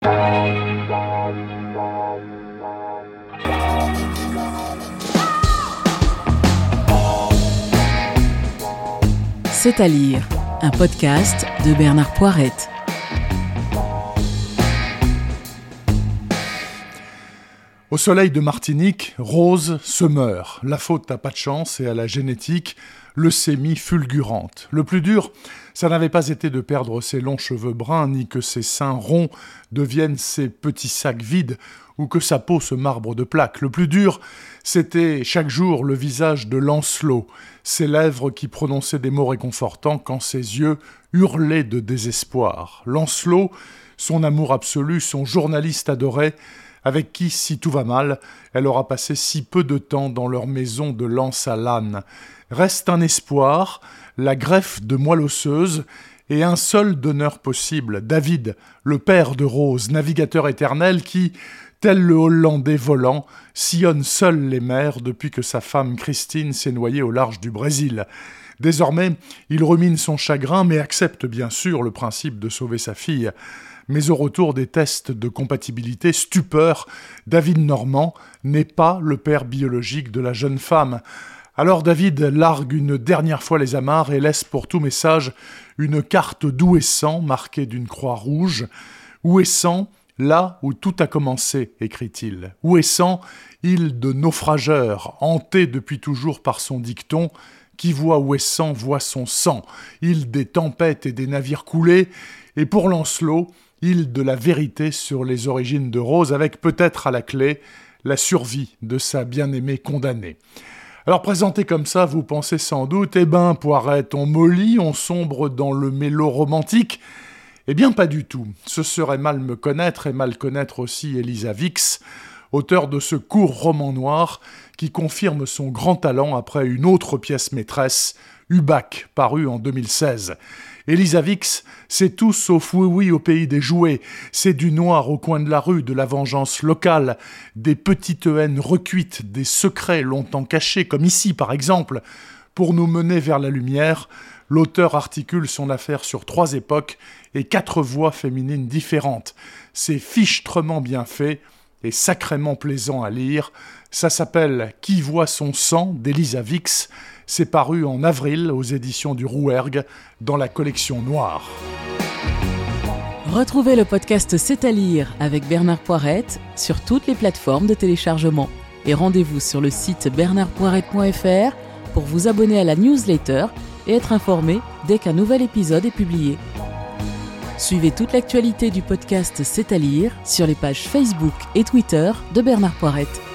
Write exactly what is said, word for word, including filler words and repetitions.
C'est à lire, un podcast de Bernard Poirette. Au soleil de Martinique, Rose se meurt. La faute n'a pas de chance et à la génétique, leucémie fulgurante. Le plus dur, ça n'avait pas été de perdre ses longs cheveux bruns, ni que ses seins ronds deviennent ses petits sacs vides, ou que sa peau se marbre de plaques. Le plus dur, c'était chaque jour le visage de Lancelot, ses lèvres qui prononçaient des mots réconfortants quand ses yeux hurlaient de désespoir. Lancelot, son amour absolu, son journaliste adoré, avec qui, si tout va mal, elle aura passé si peu de temps dans leur maison de Lens à Lannes. Reste un espoir, la greffe de moelle osseuse, et un seul donneur possible, David, le père de Rose, navigateur éternel qui, tel le Hollandais volant, sillonne seul les mers depuis que sa femme Christine s'est noyée au large du Brésil. Désormais, il rumine son chagrin, mais accepte bien sûr le principe de sauver sa fille. Mais au retour des tests de compatibilité, stupeur, David Normand n'est pas le père biologique de la jeune femme. Alors David largue une dernière fois les amarres et laisse pour tout message une carte d'Ouessant marquée d'une croix rouge. Ouessant, là où tout a commencé, écrit-il. Ouessant, île de naufrageurs, hantée depuis toujours par son dicton, qui voit Ouessant voit son sang, île des tempêtes et des navires coulés, et pour Lancelot, île de la vérité sur les origines de Rose, avec peut-être à la clé la survie de sa bien-aimée condamnée. Alors présenté comme ça, vous pensez sans doute, eh ben Poirette, on mollit, on sombre dans le mélo romantique. Eh bien pas du tout, ce serait mal me connaître et mal connaître aussi Elisa Vix, auteur de ce court roman noir qui confirme son grand talent après une autre pièce maîtresse, Hubac, paru en deux mille seize. Elisa Vix, c'est tout sauf oui oui au pays des jouets, c'est du noir au coin de la rue, de la vengeance locale, des petites haines recuites, des secrets longtemps cachés, comme ici par exemple. Pour nous mener vers la lumière, l'auteur articule son affaire sur trois époques et quatre voix féminines différentes. C'est fichtrement bien fait et sacrément plaisant à lire. Ça s'appelle « Qui voit son sang » d'Elisa Vix. C'est paru en avril aux éditions du Rouergue dans la collection Noire. Retrouvez le podcast C'est à lire avec Bernard Poirette sur toutes les plateformes de téléchargement. Et rendez-vous sur le site bernard poirette point f r pour vous abonner à la newsletter et être informé dès qu'un nouvel épisode est publié. Suivez toute l'actualité du podcast C'est à lire sur les pages Facebook et Twitter de Bernard Poirette.